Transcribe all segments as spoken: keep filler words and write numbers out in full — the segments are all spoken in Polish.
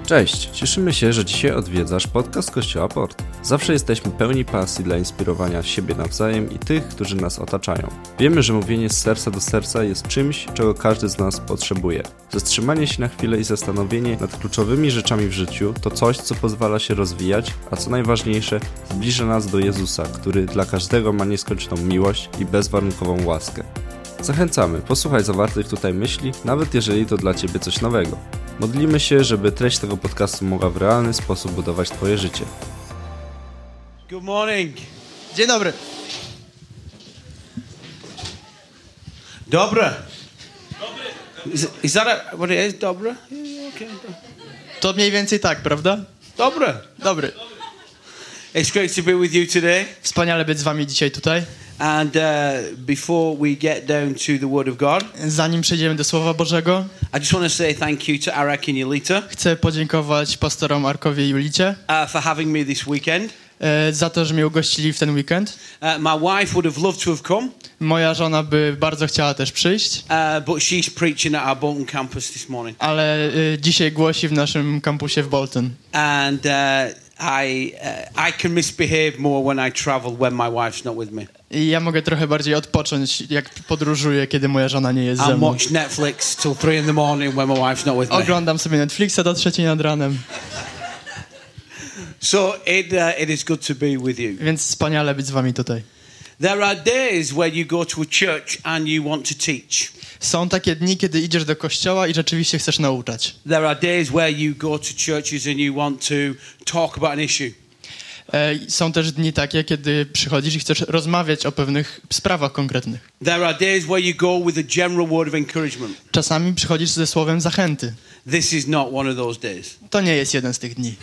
Cześć, cieszymy się, że dzisiaj odwiedzasz podcast Kościoła Port. Zawsze jesteśmy pełni pasji dla inspirowania siebie nawzajem i tych, którzy nas otaczają. Wiemy, że mówienie z serca do serca jest czymś, czego każdy z nas potrzebuje. Zatrzymanie się na chwilę i zastanowienie nad kluczowymi rzeczami w życiu to coś, co pozwala się rozwijać, a co najważniejsze, zbliża nas do Jezusa, który dla każdego ma nieskończoną miłość i bezwarunkową łaskę. Zachęcamy, posłuchaj zawartych tutaj myśli, nawet jeżeli to dla Ciebie coś nowego. Modlimy się, żeby treść tego podcastu mogła w realny sposób budować Twoje życie. Good morning. Dzień dobry. Dobre. Is, is that a, what it is? Dobre? Yeah, okay. To mniej więcej tak, prawda? Dobre. Dobry. It's great to be with you today. Wspaniale być z wami dzisiaj tutaj. And uh, before we get down to the Word of God, Zanim przejdziemy do Słowa Bożego, I just want to say thank you to Arak and Yulita chcę podziękować pastorom Arkowi i Julicie uh, for having me this weekend. e, za to, że mnie ugościli w ten weekend. Uh, my wife would have loved to have come, Moja żona by bardzo chciała też przyjść, uh, but she's preaching at our Bolton campus this morning. ale e, dzisiaj głosi w naszym kampusie w Bolton. And uh, I uh, I can misbehave more when I travel when my wife's not with me. I ja mogę trochę bardziej odpocząć, jak podróżuję, kiedy moja żona nie jest ze I mną. watch Netflix till three in the morning when my wife's not with me. Oglądam sobie Netflixa do trzeciej nad ranem, So it uh, it is good to be with you. więc wspaniale być z wami tutaj. There are days where you go to a church and you want to teach. Są takie dni, kiedy idziesz do kościoła i rzeczywiście chcesz nauczać. There are days where you go to churches and you want to talk about an issue. E, Są też dni takie, kiedy przychodzisz i chcesz rozmawiać o pewnych sprawach konkretnych. There are days where you go with a general word of encouragement. Czasami przychodzisz ze słowem zachęty. This is not one of those days. To nie jest jeden z tych dni.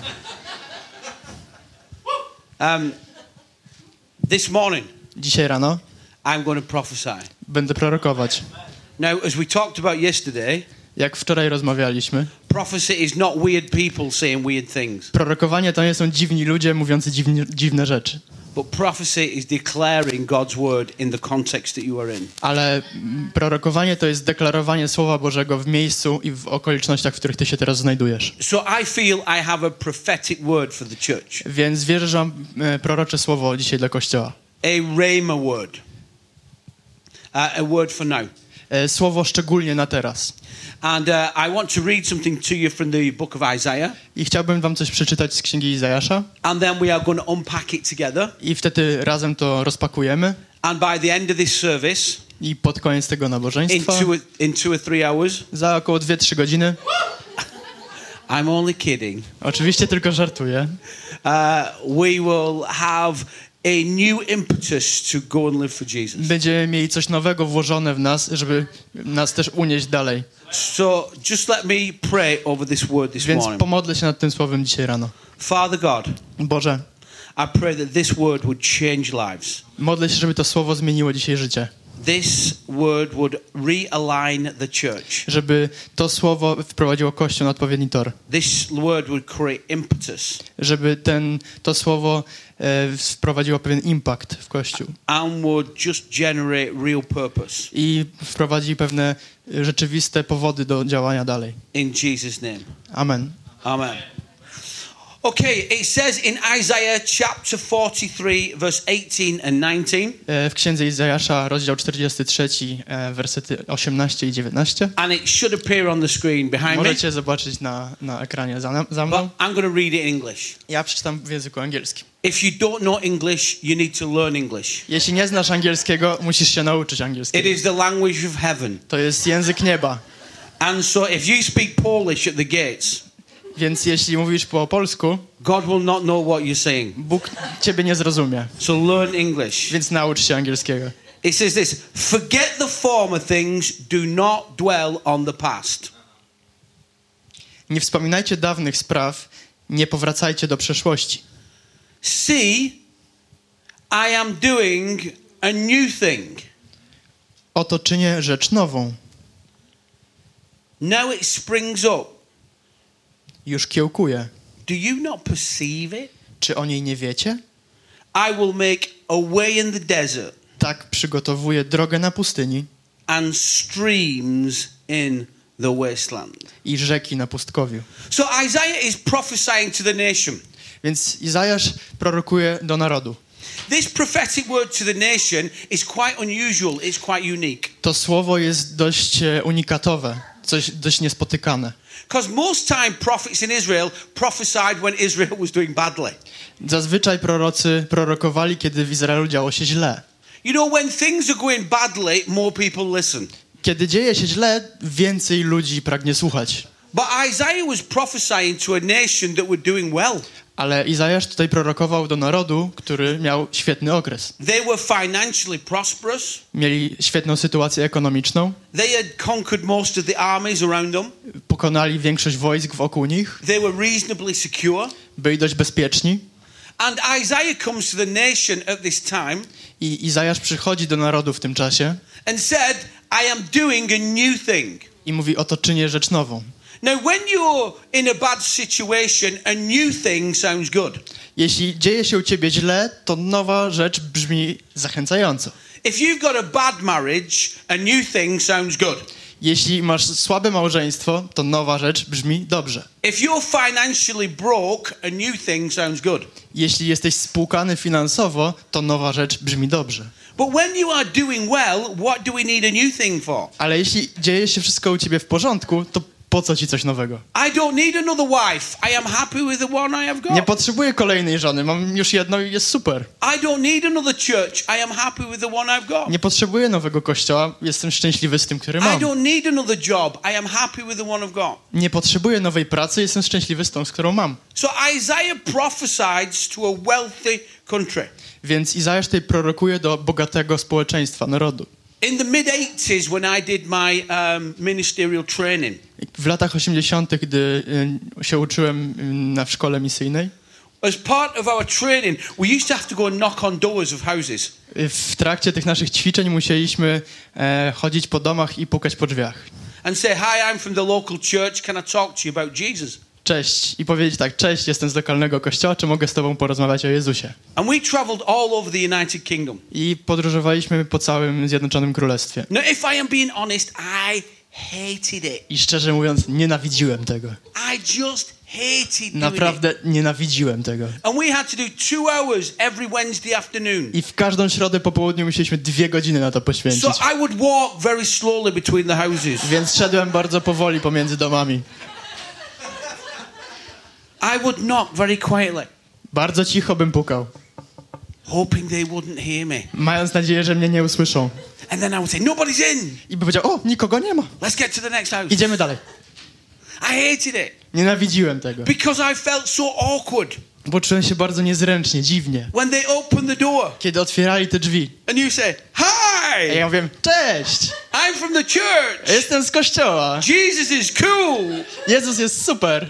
Um, this morning, Dzisiaj rano I'm going to prophesy. będę prorokować. Now, as we talked about yesterday, Jak wczoraj rozmawialiśmy, prophecy is not weird people saying weird things, prorokowanie to nie są dziwni ludzie mówiący dziwni, dziwne rzeczy. but prophecy is declaring God's word in the context that you are in. Ale mm, prorokowanie to jest deklarowanie Słowa Bożego w miejscu i w okolicznościach, w których ty się teraz znajdujesz. So I feel I have a prophetic word for the church, Więc wierzę, że mam e, prorocze słowo dzisiaj dla Kościoła. a rhema word, uh, a word for now. E, Słowo szczególnie na teraz. And uh, I want to read something to you from the book of Isaiah, I chciałbym wam coś przeczytać z Księgi Izajasza and then we are going to unpack it together. i wtedy razem to rozpakujemy And by the end of this service, i pod koniec tego in nabożeństwa, two, in two or three hours, za około dwie trzy godziny, I'm only kidding, oczywiście tylko żartuję, uh, we will have a new impetus to go and live for Jesus. będziemy mieli coś nowego włożone w nas, żeby nas też unieść dalej. So just let me pray over this word this Więc morning. pomodlę się nad tym słowem dzisiaj rano. Father God, Boże, I pray that this word would change lives. modlę się, żeby to słowo zmieniło dzisiaj życie. This word would realign the church. Żeby to słowo wprowadziło Kościół na odpowiedni tor. This word would create impetus Żeby ten, to słowo e, wprowadziło pewien impact w Kościół. and would just generate real purpose. I wprowadzi pewne e, rzeczywiste powody do działania dalej. In Jesus' name. Amen. Amen. Okay, it says in Isaiah chapter forty-three, verse eighteen and nineteen, E, w Księdze Izajasza, rozdział czterdziesty trzeci, e, wersety osiemnaście i dziewiętnaście. and it should appear on the screen behind me, Możecie zobaczyć na, na ekranie za, za mną. but I'm going to read it in English. Ja przeczytam w języku angielskim. If you don't know English, you need to learn English. Jeśli nie znasz angielskiego, musisz się nauczyć It angielskiego. is the language of heaven. To jest język nieba. And so if you speak Polish at the gates, Więc jeśli mówisz po polsku, God will not know what you're saying. Bóg ciebie nie zrozumie. So learn English. Więc naucz się angielskiego. It says this, forget the former things, do not dwell on the past. Nie wspominajcie dawnych spraw, nie powracajcie do przeszłości. See, I am doing a new thing. Oto czynię rzecz nową. Now it springs up. Już kiełkuje. Do you not perceive it? Czy o niej nie wiecie? I will make a way in the desert Tak przygotowuję drogę na pustyni and streams in the wasteland. i rzeki na pustkowiu. So Isaiah is prophesying to the nation. Więc Izajasz prorokuje do narodu. This prophetic word to the nation is quite unusual, it's quite unique. To słowo jest dość e, unikatowe, coś dość niespotykane. Because most time prophets in Israel prophesied when Israel was doing badly. Zazwyczaj prorocy prorokowali, kiedy w Izraelu działo się źle. You know, when things are going badly, more people listen. Kiedy dzieje się źle, więcej ludzi pragnie słuchać. But Isaiah was prophesying to a nation that were doing well. Ale Izajasz tutaj prorokował do narodu, który miał świetny okres. They were financially prosperous. Mieli świetną sytuację ekonomiczną. They had conquered most of the armies around them. Pokonali większość wojsk wokół nich. They were reasonably secure. Byli dość bezpieczni. And Isaiah comes to the nation at this time. I Izajasz przychodzi do narodu w tym czasie. And said, I am doing a new thing. I mówi, oto czynię rzecz nową. Now, when you're in a bad situation, a new thing sounds good. Jeśli dzieje się u ciebie źle, to nowa rzecz brzmi zachęcająco. If you've got a bad marriage, a new thing sounds good. Jeśli masz słabe małżeństwo, to nowa rzecz brzmi dobrze. If you're financially broke, a new thing sounds good. Jeśli jesteś spłukany finansowo, to nowa rzecz brzmi dobrze. But when you are doing well, what do we need a new thing for? Ale jeśli dzieje się wszystko u ciebie w porządku, to po co ci coś nowego? I don't need another wife. I am happy with the one I have got. Nie potrzebuję kolejnej żony, mam już jedną i jest super. I don't need another church. I am happy with the one I've got. Nie potrzebuję nowego kościoła, jestem szczęśliwy z tym, który I mam. don't need another job. I am happy with the one I've got. Nie potrzebuję nowej pracy, jestem szczęśliwy z tą, z którą mam. So Isaiah prophesied to a wealthy country. Więc Izajasz tutaj prorokuje do bogatego społeczeństwa, narodu. In the mid eighties, when I did my um, ministerial training, W latach osiemdziesiątych, gdy y, się uczyłem y, na w szkole misyjnej, as part of our training, we used to have to go and knock on doors of houses. y, w trakcie tych naszych ćwiczeń musieliśmy e, chodzić po domach i pukać po drzwiach. And say, hi, I'm from the local church. Can I talk to you about Jesus? Cześć. I powiedzieć tak, cześć, jestem z lokalnego kościoła, czy mogę z tobą porozmawiać o Jezusie? And we traveled all over the United Kingdom. I podróżowaliśmy po całym Zjednoczonym Królestwie. Now, if I am being honest, I hated it. I szczerze mówiąc, nienawidziłem tego. I just hated doing Naprawdę nienawidziłem tego. it. And we had to do two hours every Wednesday afternoon. I w każdą środę po południu musieliśmy dwie godziny na to poświęcić. So I would walk very slowly between the houses. Więc szedłem bardzo powoli pomiędzy domami. I would knock very quietly, Bardzo cicho bym pukał, hoping they wouldn't hear me. mając nadzieję, że mnie nie usłyszą. And then I would say, nobody's in. I by powiedział, o, nikogo nie ma. Let's get to the next house. Idziemy dalej. I hated it Nienawidziłem tego, because I felt so awkward bo czułem się bardzo niezręcznie, dziwnie. when they opened the door Kiedy otwierali te drzwi. and you say, A hi, ja mówię, cześć, I'm from the church. jestem z kościoła. Jesus is cool. Jezus jest super.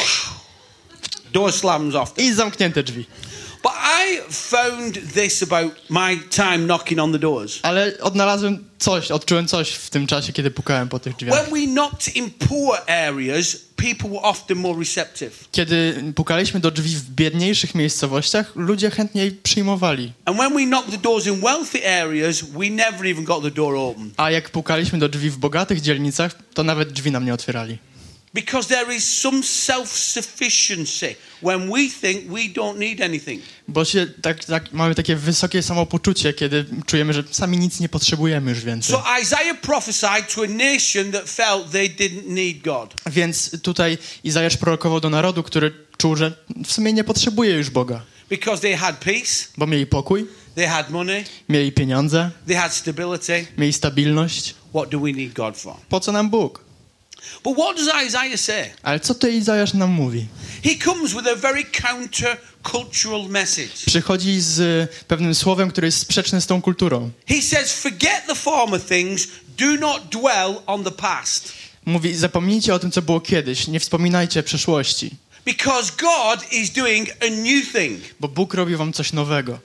Door slams off. I zamknięte drzwi. But I found this about my time knocking on the doors. Ale odnalazłem coś, odczułem coś w tym czasie, kiedy pukałem po tych drzwiach. When we knocked in poor areas, people were often more receptive. Kiedy pukaliśmy do drzwi w biedniejszych miejscowościach, ludzie chętniej przyjmowali. And when we knocked the doors in wealthy areas, we never even got the door open. A jak pukaliśmy do drzwi w bogatych dzielnicach, to nawet drzwi nam nie otwierali. Because there is some self-sufficiency when we think we don't need anything. Bo się tak, tak, mamy takie wysokie samopoczucie, kiedy czujemy, że sami nic nie potrzebujemy już więcej. So Isaiah prophesied to a nation that felt they didn't need God. Więc tutaj Izajasz prorokował do narodu, który czuł, że w sumie nie potrzebuje już Boga. Because they had peace, Bo mieli pokój, they had money, mieli pieniądze, they had stability. mieli stabilność. What do we need God for? Po co nam Bóg? But what does Isaiah say? Ale co tutaj Izajasz nam mówi? He comes with a very counter-cultural message. Przychodzi z pewnym słowem, które jest sprzeczne z tą kulturą. He says, forget the former things, do not dwell on the past. Mówi, zapomnijcie o tym, co było kiedyś, nie wspominajcie przeszłości. Because God is doing a new thing. Bo Bóg robi wam coś nowego.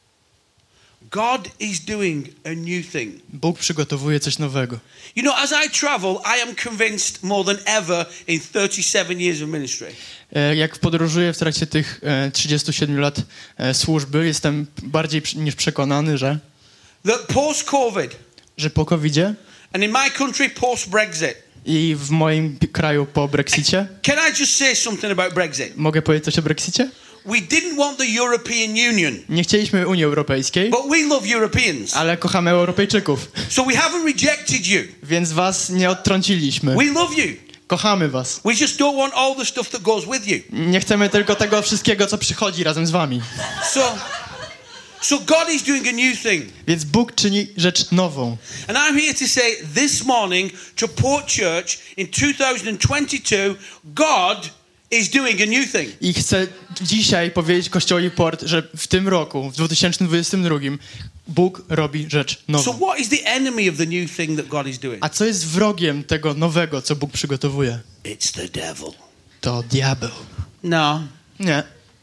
God is doing a new thing. Bóg przygotowuje coś nowego. You know, as I travel, I am convinced more than ever in thirty-seven years of ministry. E, Jak podróżuję w trakcie tych e, trzydziestu siedmiu lat e, służby, jestem bardziej przy- niż przekonany, że, That post-COVID, że po kowidzie and in my country, post-Brexit, I w moim pi- kraju po Brexicie, Can I just say something about Brexit? mogę powiedzieć coś o Brexicie? We didn't want the European Union, Nie chcieliśmy Unii Europejskiej, but we love Europeans. ale kochamy Europejczyków, So we haven't rejected you. więc was nie odtrąciliśmy. We love you. Kochamy was. We just don't want all the stuff that goes with you. Nie chcemy tylko tego wszystkiego, co przychodzi razem z wami. So, so God is doing a new thing. Więc Bóg czyni rzecz nową. And I'm here to say this morning to Port Church in two thousand twenty-two, God is doing a new thing. I chcę dzisiaj powiedzieć Kościołowi Port, że w tym roku, w dwa tysiące dwudziestym drugim, Bóg robi rzecz So nową. what is the enemy of the new thing that God is doing? A co jest wrogiem tego nowego, co Bóg przygotowuje? It's the devil. To diabeł. No. Nie,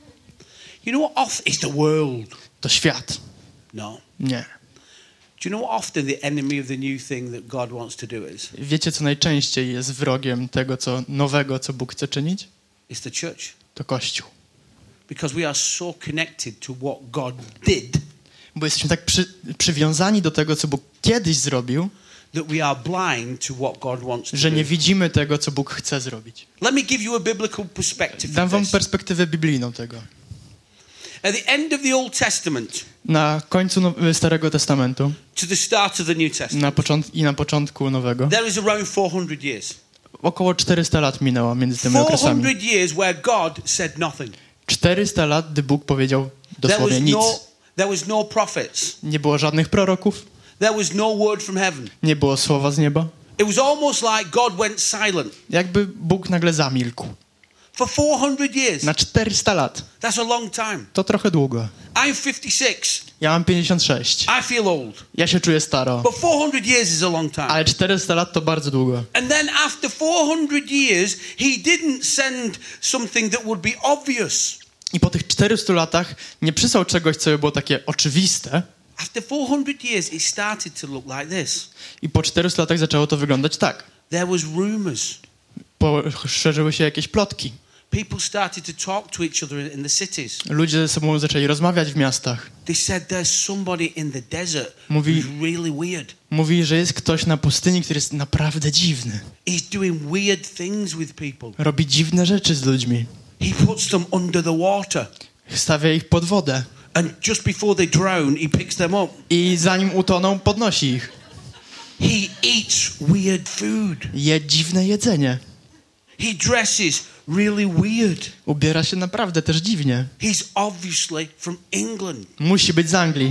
You know what off is the world? to świat. No. Nie. Do you know what often the enemy of the new thing that God wants to do is? Wiecie, co najczęściej jest wrogiem tego, co nowego, co Bóg chce czynić? It's the church. To Kościół. Because we are so connected to what God did Bo jesteśmy tak przy, przywiązani do tego, co Bóg kiedyś zrobił, that we are blind to what God wants to że nie do. widzimy tego, co Bóg chce zrobić. Let me give you a biblical perspective Dam of wam this. perspektywę biblijną tego. At the end of the Old Testament Na końcu now- Starego Testamentu to the start of the New Testament, na począt- i na początku Nowego, there is around four hundred years. około czterysta lat minęło między tymi okresami. four hundred years where God said nothing. czterysta lat, gdy Bóg powiedział There dosłownie was nic. no, there was no prophets. Nie było żadnych proroków, There was no word from heaven. nie było słowa z nieba. It was almost like God went silent Jakby Bóg nagle zamilkł. for four hundred years. Na czterysta lat. That's a long time. To trochę długo. I'm fifty-six. Ja mam pięćdziesiąt sześć. I feel old. Ja się czuję staro. But four hundred years is a long time. Ale czterysta lat to bardzo długo. And then after four hundred years, he didn't send something that would be obvious. I po tych czterystu latach nie przysłał czegoś, co by było takie oczywiste. After four hundred years, it started to look like this. I po czterystu latach zaczęło to wyglądać tak. There was rumors. Poszerzyły się jakieś plotki. People started to talk to each other in the cities. Ludzie ze sobą zaczęli rozmawiać w miastach. They said there's somebody in the desert Mówi- who's really weird. Mówi, że jest ktoś na pustyni, który jest naprawdę dziwny. He's doing weird things with people. Robi dziwne rzeczy z ludźmi. He puts them under the water. Stawia ich pod wodę. And just before they drown, he picks them up. I zanim utoną, podnosi ich. He eats weird food. Je dziwne jedzenie. He dresses really weird. Ubiera się naprawdę też dziwnie. He's obviously from England. Musi być z Anglii.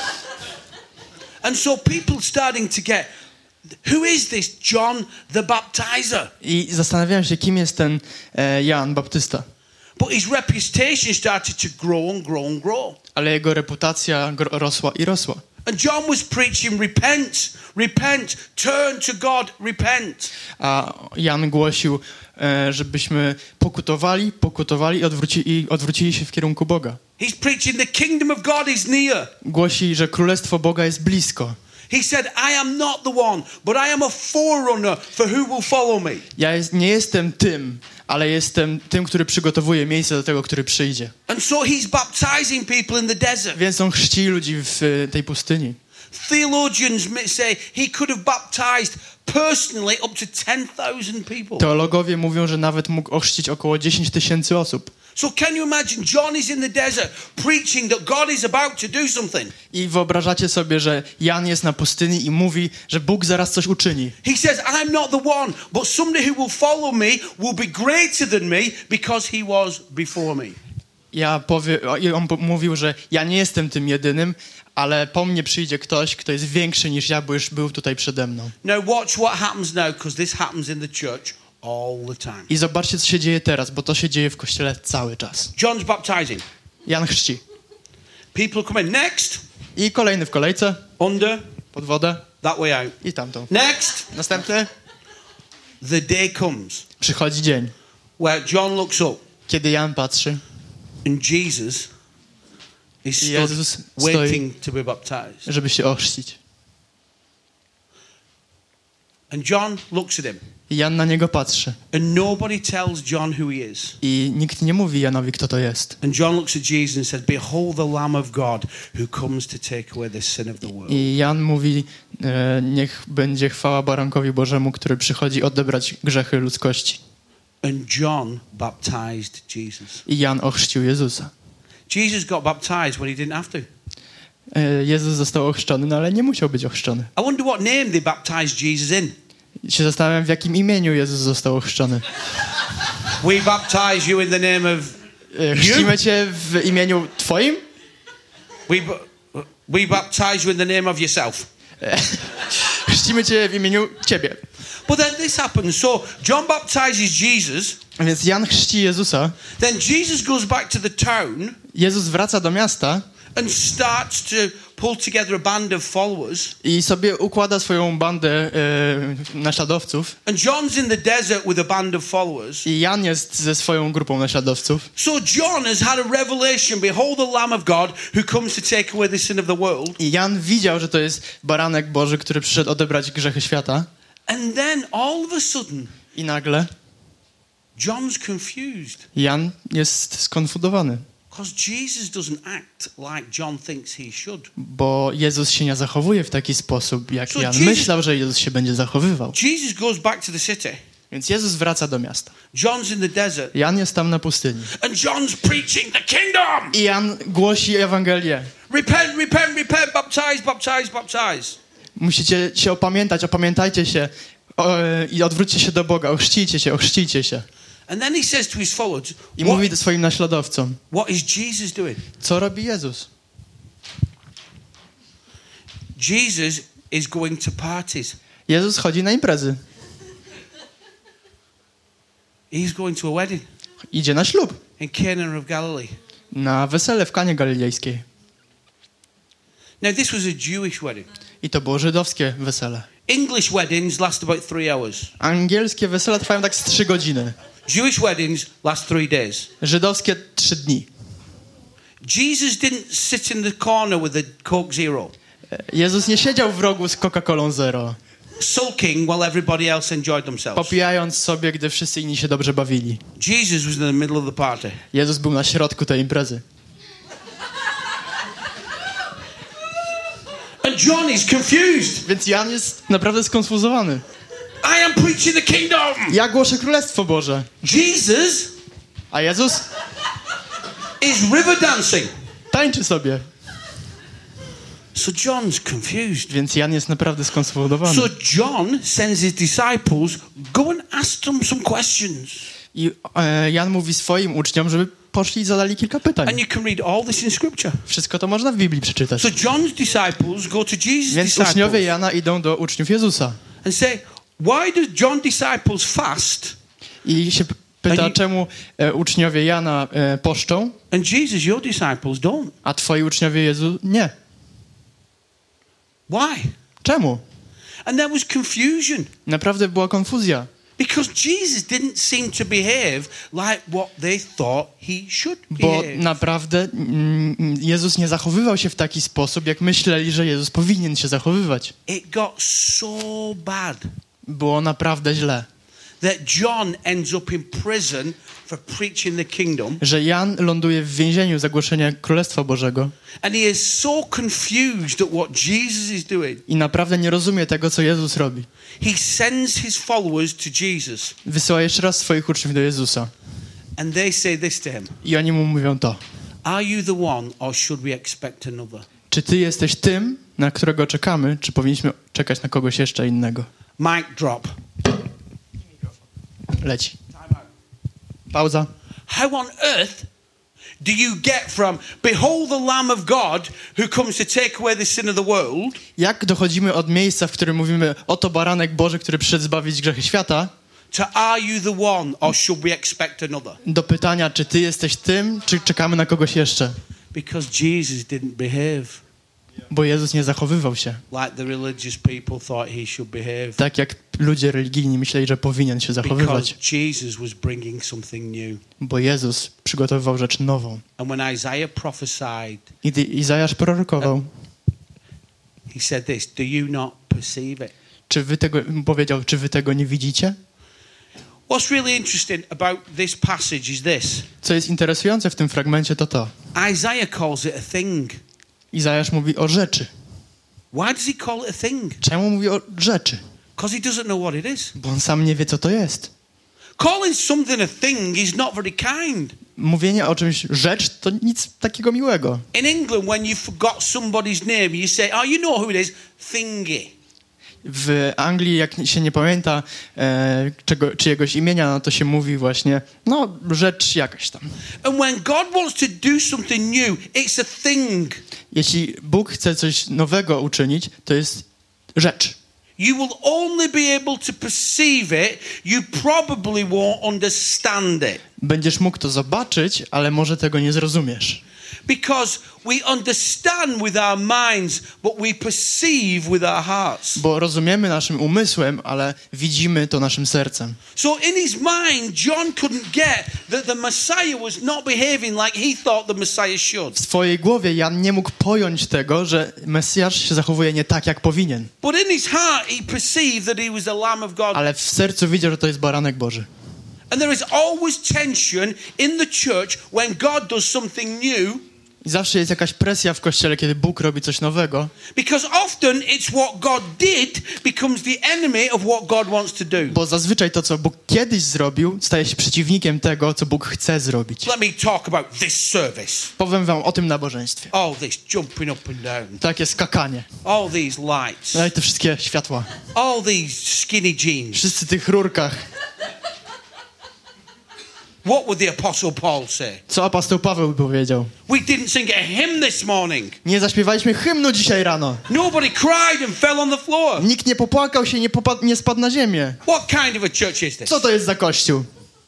And so people starting to get, who is this John the Baptizer? I zastanawiałem się, kim jest ten e, Jan Baptysta. But his reputation started to grow and grow and grow. Ale jego reputacja gro- rosła i rosła. And John was preaching, repent, repent, turn to God, repent. A Jan głosił, e, żebyśmy pokutowali, pokutowali i odwrócili, i odwrócili się w kierunku Boga. He's preaching the kingdom of God is near. Głosi, że królestwo Boga jest blisko. He said, I am not the one, but I am a forerunner for who will follow me. Ja jest, nie jestem tym, ale jestem tym, który przygotowuje miejsce do tego, który przyjdzie. And so he's baptizing people in the desert. Więc on chrzci ludzi w e, tej pustyni. Theologians may say he could have baptized personally up to ten thousand people. Teologowie mówią, że nawet mógł ochrzcić około dziesięć tysięcy osób. So can you imagine John is in the desert preaching that God is about to do something. I wyobrażacie sobie, że Jan jest na pustyni i mówi, że Bóg zaraz coś uczyni. He says, I'm not the one, but somebody who will follow me will be greater than me because he was before me. Ja powie, i on po- mówił, że ja nie jestem tym jedynym, ale po mnie przyjdzie ktoś, kto jest większy niż ja, bo już był tutaj przede mną. Now watch what happens now, because this happens in the church all the time. I zobaczcie, co się dzieje teraz, bo to się dzieje w Kościele cały czas. John's baptizing. Jan chrzci. People come in. Next. I kolejny w kolejce, Under. pod wodę That way out. i tamtą. Next. Następny. The day comes Przychodzi dzień, where John looks up kiedy Jan patrzy and Jesus is stood Jezus waiting to be baptized. żeby się ochrzcić. And John looks at him. I Jan na niego patrzy. And nobody tells John who he is. I nikt nie mówi Janowi, kto to jest. And John looks at Jesus and says, "Behold the Lamb of God who comes to take away the sin of the world." I Jan mówi, e, niech będzie chwała barankowi Bożemu, który przychodzi odebrać grzechy ludzkości. And John baptized Jesus. I Jan ochrzcił Jezusa. Jesus got baptized when he didn't have to. E, Jezus został ochrzczony, no ale nie musiał być ochrzczony. I wonder what name they baptized Jesus in. I się zastanawiam, w jakim imieniu Jezus został ochrzczony. We baptize you in the name of E, chrzcimy cię w imieniu twoim? we we baptize you in the name of yourself. E, chrzcimy cię w imieniu ciebie. But then this happens. So John baptizes Jesus. Więc Jan chrzci Jezusa. Then Jesus goes back to the town Jezus wraca do miasta and starts to pull together a band of followers. i sobie układa swoją bandę e, naśladowców. And John's in the desert with a band of followers. I Jan jest ze swoją grupą naśladowców. So John has had a revelation. Behold the Lamb of God who comes to take away the sin of the world. I Jan widział, że to jest baranek Boży, który przyszedł odebrać grzechy świata. And then all of a sudden, I nagle John's confused. Jan jest skonfudowany, Because Jesus doesn't act like John thinks he should. bo Jezus się nie zachowuje w taki sposób, jak So Jan Jesus- myślał, że Jezus się będzie zachowywał. Jesus goes back to the city. Więc Jezus wraca do miasta. John's in the desert. Jan jest tam na pustyni. And John's preaching the kingdom. I Jan głosi Ewangelię. Repent, repent, repent, baptize, baptize, baptize. Musicie się opamiętać, opamiętajcie się o, i odwróćcie się do Boga, ochrzcijcie się, ochrzcijcie się. And then he says to his followers, I what, mówi swoim naśladowcom, what is Jesus doing? co robi Jezus? Jesus is going to parties. Jezus chodzi na imprezy. He's going to a wedding Idzie na ślub, in Cana of Galilee. na wesele w Kanie Galilejskiej. Now this was a Jewish wedding. I to było żydowskie wesele. English weddings last about three hours. Angielskie wesela trwają tak z trzy godziny. Jewish weddings last three days. Żydowskie trzy dni. Jesus didn't sit in the corner with a Coke Zero, Jezus nie siedział w rogu z Coca-Colą Zero, sulking while everybody else enjoyed themselves. popijając sobie, gdy wszyscy inni się dobrze bawili. Jesus was in the middle of the party. Jezus był na środku tej imprezy. And John is confused. Więc Jan jest naprawdę skonfuzowany. I am preaching the kingdom. Ja głoszę Królestwo Boże. Jesus A Jezus is river dancing. tańczy sobie. So John's confused. Więc Jan jest naprawdę skonfuzowany. So John sends his disciples, go and ask them some questions. I e, Jan mówi swoim uczniom, żeby poszli i zadali kilka pytań. And you can read all this in scripture. Wszystko to można w Biblii przeczytać. So John's disciples go to Jesus' Więc disciples uczniowie Jana idą do uczniów Jezusa. and say, why does John disciples fast I się p- pyta, Ani- czemu e, uczniowie Jana e, poszczą, and Jesus, your disciples, don't? a twoi uczniowie Jezu nie. Why? Czemu? And there was confusion Naprawdę była konfuzja. because Jesus didn't seem to behave like what they thought he should Bo behave. naprawdę mm, Jezus nie zachowywał się w taki sposób, jak myśleli, że Jezus powinien się zachowywać. It got so bad Było naprawdę źle. that John ends up in prison for preaching the kingdom. Że Jan ląduje w więzieniu za głoszenie Królestwa Bożego And he is so confused at what Jesus is doing. i naprawdę nie rozumie tego, co Jezus robi. He sends his followers to Jesus Wysyła jeszcze raz swoich uczniów do Jezusa and they say this to him. i oni mu mówią to. Are you the one or should we expect another? Czy ty jesteś tym, na którego czekamy, czy powinniśmy czekać na kogoś jeszcze innego? Mic drop. Leci. Pauza. How on earth do you get from behold the Lamb of God who comes to take away the sin of the world Jak dochodzimy od miejsca, w którym mówimy oto baranek Boży, który przyszedł zbawić grzechy świata, to are you the one or should we expect another? do pytania, czy ty jesteś tym, czy czekamy na kogoś jeszcze? Because Jesus didn't behave Bo Jezus nie zachowywał się like the religious people thought he should behave. tak, jak ludzie religijni myśleli, że powinien się Because zachowywać. Jesus was bringing something new. Bo Jezus przygotowywał rzecz nową. And when Isaiah prophesied, I Izajasz prorokował. he said this, do you not perceive it? Czy wy tego, powiedział, czy wy tego nie widzicie? What's really interesting about this passage is this. Co jest interesujące w tym fragmencie, to to. Isaiah calls it a thing. Izajasz mówi o rzeczy. Why does he call it a thing? Czemu mówi o rzeczy? Because he doesn't know what it is. Bo on sam nie wie, co to jest. Calling something a thing is not very kind. Mówienie o czymś rzecz to nic takiego miłego. In England, when you forgot somebody's name, you say, oh, you know who it is? Thingy. W Anglii, jak się nie pamięta e, czego, czyjegoś imienia, no to się mówi właśnie, no, rzecz jakaś tam. And when God wants to do something new, it's a thing. Jeśli Bóg chce coś nowego uczynić, to jest rzecz. You will only be able to perceive it. You probably won't understand it. Będziesz mógł to zobaczyć, ale może tego nie zrozumiesz. Because we understand with our minds, but we perceive with our hearts. Bo rozumiemy naszym umysłem, ale widzimy to naszym sercem. So in his mind, John couldn't get that the Messiah was not behaving like he thought the Messiah should. W swojej głowie Jan nie mógł pojąć tego, że Mesjasz się zachowuje nie tak, jak powinien. But in his heart, he perceived that he was the Lamb of God. Ale w sercu widział, że to jest baranek Boży. And there is always tension in the church when God does something new. I zawsze jest jakaś presja w Kościele, kiedy Bóg robi coś nowego. Because often it's what God did becomes the enemy of what God wants to do. Bo zazwyczaj to, co Bóg kiedyś zrobił, staje się przeciwnikiem tego, co Bóg chce zrobić. Let me talk about this service. Powiem wam o tym nabożeństwie. All this jumping up and down. Takie skakanie. All these lights. No i te wszystkie światła. All these skinny jeans. Wszyscy w tych rurkach. What would the Apostle Paul say? Co apostoł Paweł powiedział? We didn't sing a hymn this morning. Nie zaśpiewaliśmy hymnu dzisiaj rano. Nobody cried and fell on the floor. Nikt nie popłakał się, nie, popa- nie spadł na ziemię. What kind of a church is this? Co to jest za kościół?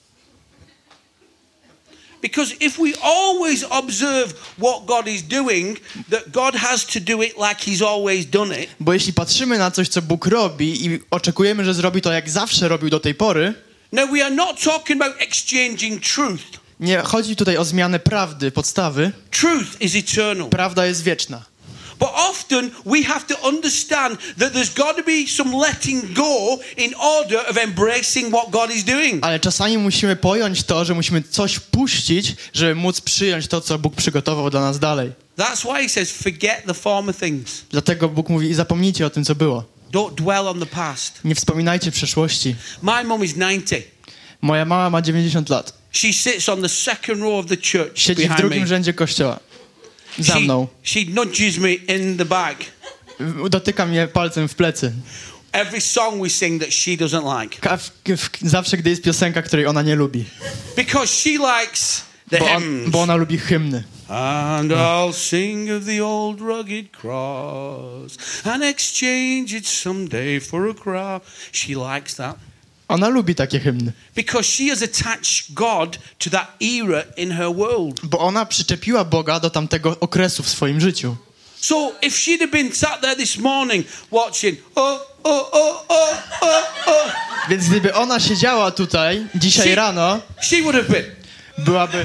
Because if we always observe what God is doing, that God has to do it like he's always done it. Bo jeśli patrzymy na coś, co Bóg robi i oczekujemy, że zrobi to, jak zawsze robił do tej pory, Now we are not talking about exchanging truth. nie chodzi tutaj o zmianę prawdy, podstawy. Truth is eternal. Prawda jest wieczna. But often we have to understand that there's got to be some letting go in order of embracing what God is doing. Ale czasami musimy pojąć to, że musimy coś puścić, żeby móc przyjąć to, co Bóg przygotował dla nas dalej. That's why he says forget the former things. Dlatego Bóg mówi i zapomnijcie o tym, co było. Don't dwell on the past. Nie wspominajcie przeszłości. My mum is ninety. Moja mama ma dziewięćdziesiąt lat. She sits on the second row of the church Siedzi w behind drugim me. rzędzie kościoła. Za She, mną. she nudges me in the back. Dotyka mnie palcem w plecy. Every song we sing that she doesn't like. Ka- w, w, zawsze, gdy jest piosenka, której ona nie lubi. Because she likes the Bo, on, hymns. bo ona lubi hymny. And I'll sing of the old rugged cross and exchange it someday for a crown. She likes that. Ona lubi takie hymny. Because she has attached God to that era in her world. Bo ona przyczepiła Boga do tamtego okresu w swoim życiu. So if she'd have been sat there this morning watching, oh, oh, oh, oh, oh, oh. Więc gdyby ona siedziała tutaj dzisiaj She- rano, She would have been. byłaby...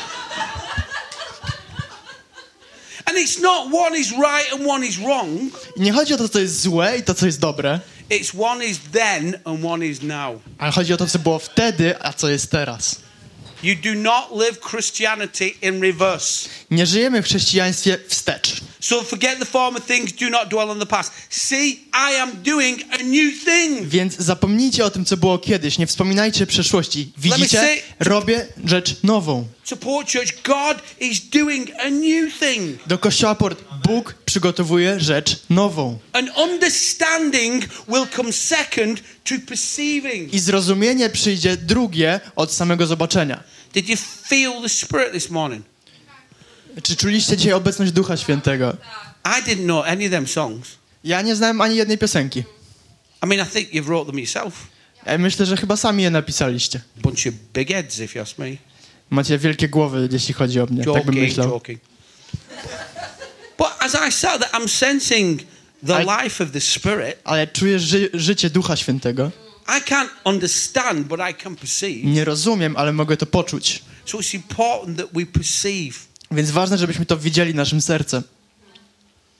And it's not one is right and one is wrong. Nie chodzi o to, co jest złe i to, co jest dobre, It's one is then and one is now. ale chodzi o to, co było wtedy, a co jest teraz. You do not live Christianity in reverse. Nie żyjemy w chrześcijaństwie wstecz. So forget the former things, do not dwell on the past. See, I am doing a new thing. Więc zapomnijcie o tym, co było kiedyś. Nie wspominajcie przeszłości. Widzicie? say- Robię rzecz nową. Support church, God is doing a new thing. Do Kościoła Port Bóg przygotowuje rzecz nową. And understanding will come second to perceiving. I zrozumienie przyjdzie drugie od samego zobaczenia. Did you feel the Spirit this morning? Czy czuliście dzisiaj obecność Ducha Świętego? I didn't know any of them songs. Ja nie znałem ani jednej piosenki. I mean, I think you've wrote them yourself. Ja myślę, że chyba sami je napisaliście. Bunch of big heads, if you ask me. Macie wielkie głowy, jeśli chodzi o mnie. Tak bym Joking, myślał. joking. But as I sat there, I'm sensing the I- life of the Spirit. Ale czuję ży- życie Ducha Świętego. I can't understand, but I can perceive. Nie rozumiem, ale mogę to poczuć. So it's important that we perceive. Więc ważne, żebyśmy to widzieli naszym sercem.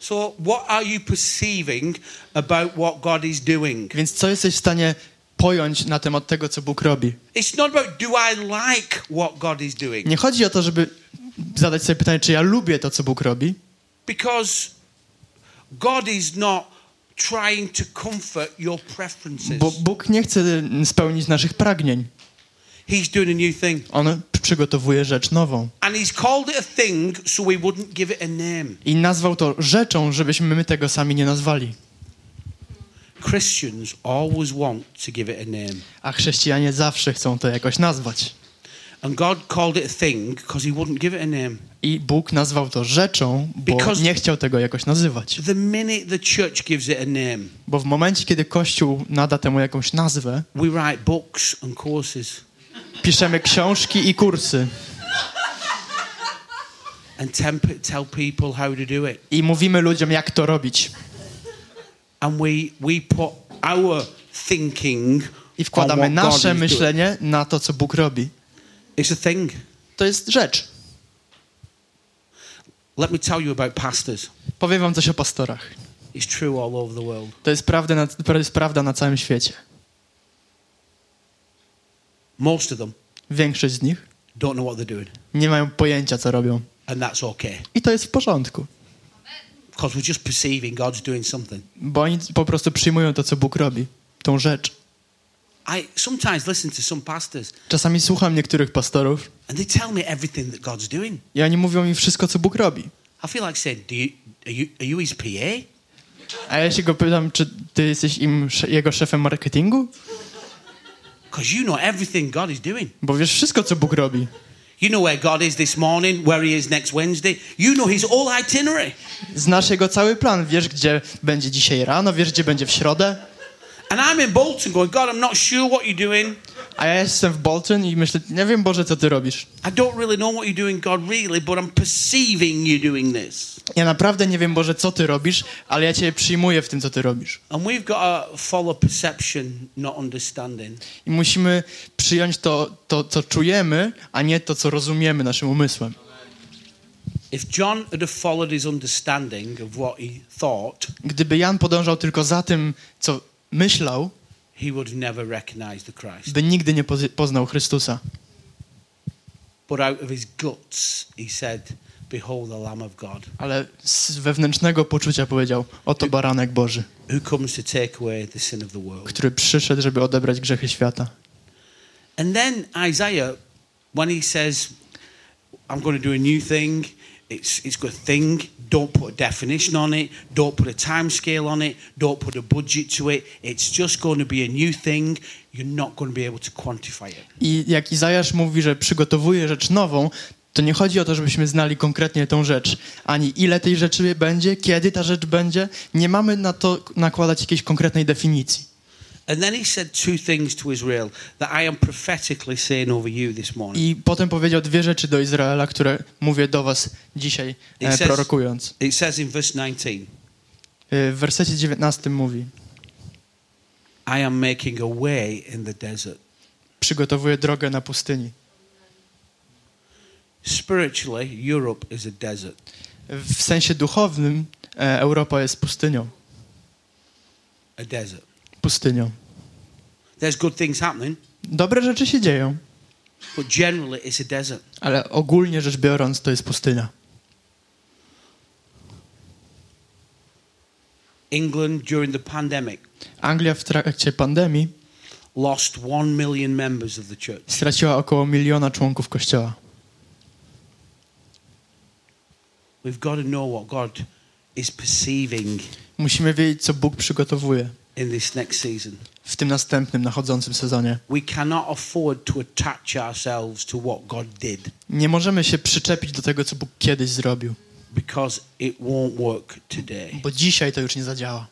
So what are you perceiving about what God is doing? Więc co jesteś w stanie pojąć na temat tego, co Bóg robi? It's not about do I like what God is doing? Nie chodzi o to, żeby zadać sobie pytanie, czy ja lubię to, co Bóg robi, Because God is not trying to comfort your preferences. bo Bóg nie chce spełnić naszych pragnień. He's doing a new thing. On przygotowuje rzecz nową. And he's called it a thing so we wouldn't give it a name. I nazwał to rzeczą, żebyśmy my tego sami nie nazwali. Christians always want to give it a name. A chrześcijanie zawsze chcą to jakoś nazwać. And God called it a thing because he wouldn't give it a name. I Bóg nazwał to rzeczą, bo Because- nie chciał tego jakoś nazywać. The minute the church gives it a name, Bo w momencie, kiedy Kościół nada temu jakąś nazwę, we write books and courses piszemy książki i kursy and temp- tell people how to do it. i mówimy ludziom, jak to robić. And we, we put our thinking I wkładamy on what God nasze is doing. myślenie na to, co Bóg robi. It's a thing. To jest rzecz. Let me tell you about pastors. Powiem wam coś o pastorach. It's true all over the world. To jest prawda na, to jest prawda na całym świecie. Most of them Większość z nich don't know what they're doing. nie mają pojęcia, co robią. And that's okay. I to jest w porządku. Because we're just perceiving God's doing something. Bo oni po prostu przyjmują to, co Bóg robi. Tą rzecz. I sometimes listen to some pastors Czasami słucham niektórych pastorów and they tell me everything that God's doing. i oni mówią mi wszystko, co Bóg robi. I feel like saying, Do you, are, you, are you his P A? A ja się go pytam, czy ty jesteś im, jego szefem marketingu? Because you know everything God is doing. Bo wiesz wszystko, co Bóg robi. You know where God is this morning, where he is next Wednesday. You know his whole itinerary. Znasz jego cały plan. Wiesz, gdzie będzie dzisiaj rano, wiesz, gdzie będzie w środę. And I'm in Bolton going, God, I'm not sure what you're doing. A ja jestem w Bolton i myślę, nie wiem, Boże, co ty robisz. I don't really know what you're doing, God, really, but I'm perceiving you doing this. Ja naprawdę nie wiem, Boże, co ty robisz, ale ja cię przyjmuję w tym, co ty robisz. And we've got to follow perception, not understanding. I musimy przyjąć to, to, co czujemy, a nie to, co rozumiemy naszym umysłem. If John had have followed his understanding of what he thought, Gdyby Jan podążał tylko za tym, co myślał, he would have never recognized the Christ. by nigdy nie poz- poznał Chrystusa. But out of his guts, he said, Behold the Lamb of God, Ale z wewnętrznego poczucia powiedział, oto baranek Boży, who comes to take away the sin of the world. który przyszedł, żeby odebrać grzechy świata. And then Isaiah, when he says, I'm going to do a new thing, it's, it's got a thing, don't put a definition on it, don't put a time scale on it, don't put a budget to it, it's just going to be a new thing, you're not going to be able to quantify it. I jak Izajasz mówi, że przygotowuje rzecz nową, to nie chodzi o to, żebyśmy znali konkretnie tą rzecz, ani ile tej rzeczy będzie, kiedy ta rzecz będzie. Nie mamy na to nakładać jakiejś konkretnej definicji. And then he said two things to Israel that I am prophetically saying over you this morning. I potem powiedział dwie rzeczy do Izraela, które mówię do was dzisiaj It e, says- prorokując. It says in verse nineteen, E, w wersecie dziewiętnastym mówi: I am making a way in the desert. przygotowuję drogę na pustyni. Spiritually, Europe is a desert. W sensie duchownym e, Europa jest pustynią. A desert. Pustynią. There's good things happening, Dobre rzeczy się dzieją, but generally it's a desert. ale ogólnie rzecz biorąc to jest pustynia. England during the pandemic Anglia w trakcie pandemii lost one million members of the church. straciła około miliona członków Kościoła. We've got to know what God is perceiving Musimy wiedzieć, co Bóg przygotowuje in this next season. w tym następnym, nadchodzącym sezonie. We cannot afford to attach ourselves to what God did Nie możemy się przyczepić do tego, co Bóg kiedyś zrobił, because it won't work today. bo dzisiaj to już nie zadziała.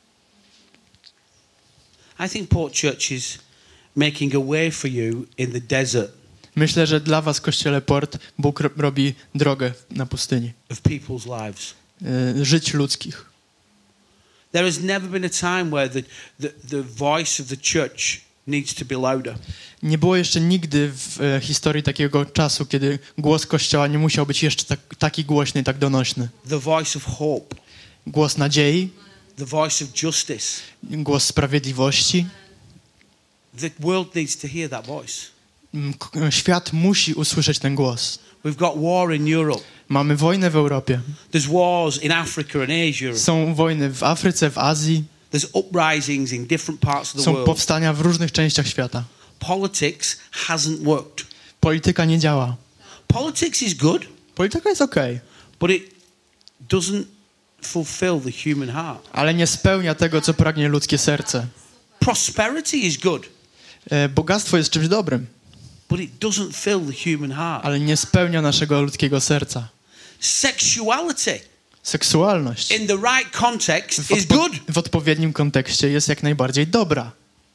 I think Port Church is making a way for you in the desert Myślę, że dla was, Kościele Port, Bóg ro- robi drogę na pustyni, of people's lives. y, żyć ludzkich. There has never been a time where the, the, the voice of the church needs to be louder. Nie było jeszcze nigdy w e, historii takiego czasu, kiedy głos Kościoła nie musiał być jeszcze tak, taki głośny i tak donośny. The voice of hope. głos nadziei, the voice of justice. głos sprawiedliwości. The world needs to hear that voice. Mm, k- Świat musi usłyszeć ten głos. We've got war in Europe. Mamy wojnę w Europie. There's wars in Africa and Asia. Są wojny w Afryce, w Azji. There's uprisings in different parts of the Są world. powstania w różnych częściach świata. Politics hasn't worked. Polityka nie działa. Politics is good, Polityka jest okej, but it doesn't fulfill the human heart. ale nie spełnia tego, co pragnie ludzkie serce. Prosperity is good, E, Bogactwo jest czymś dobrym, but it doesn't fill the human heart. ale nie spełnia naszego ludzkiego serca. Sexuality Seksualność in the right context w, is odpo- good. w odpowiednim kontekście jest jak najbardziej dobra.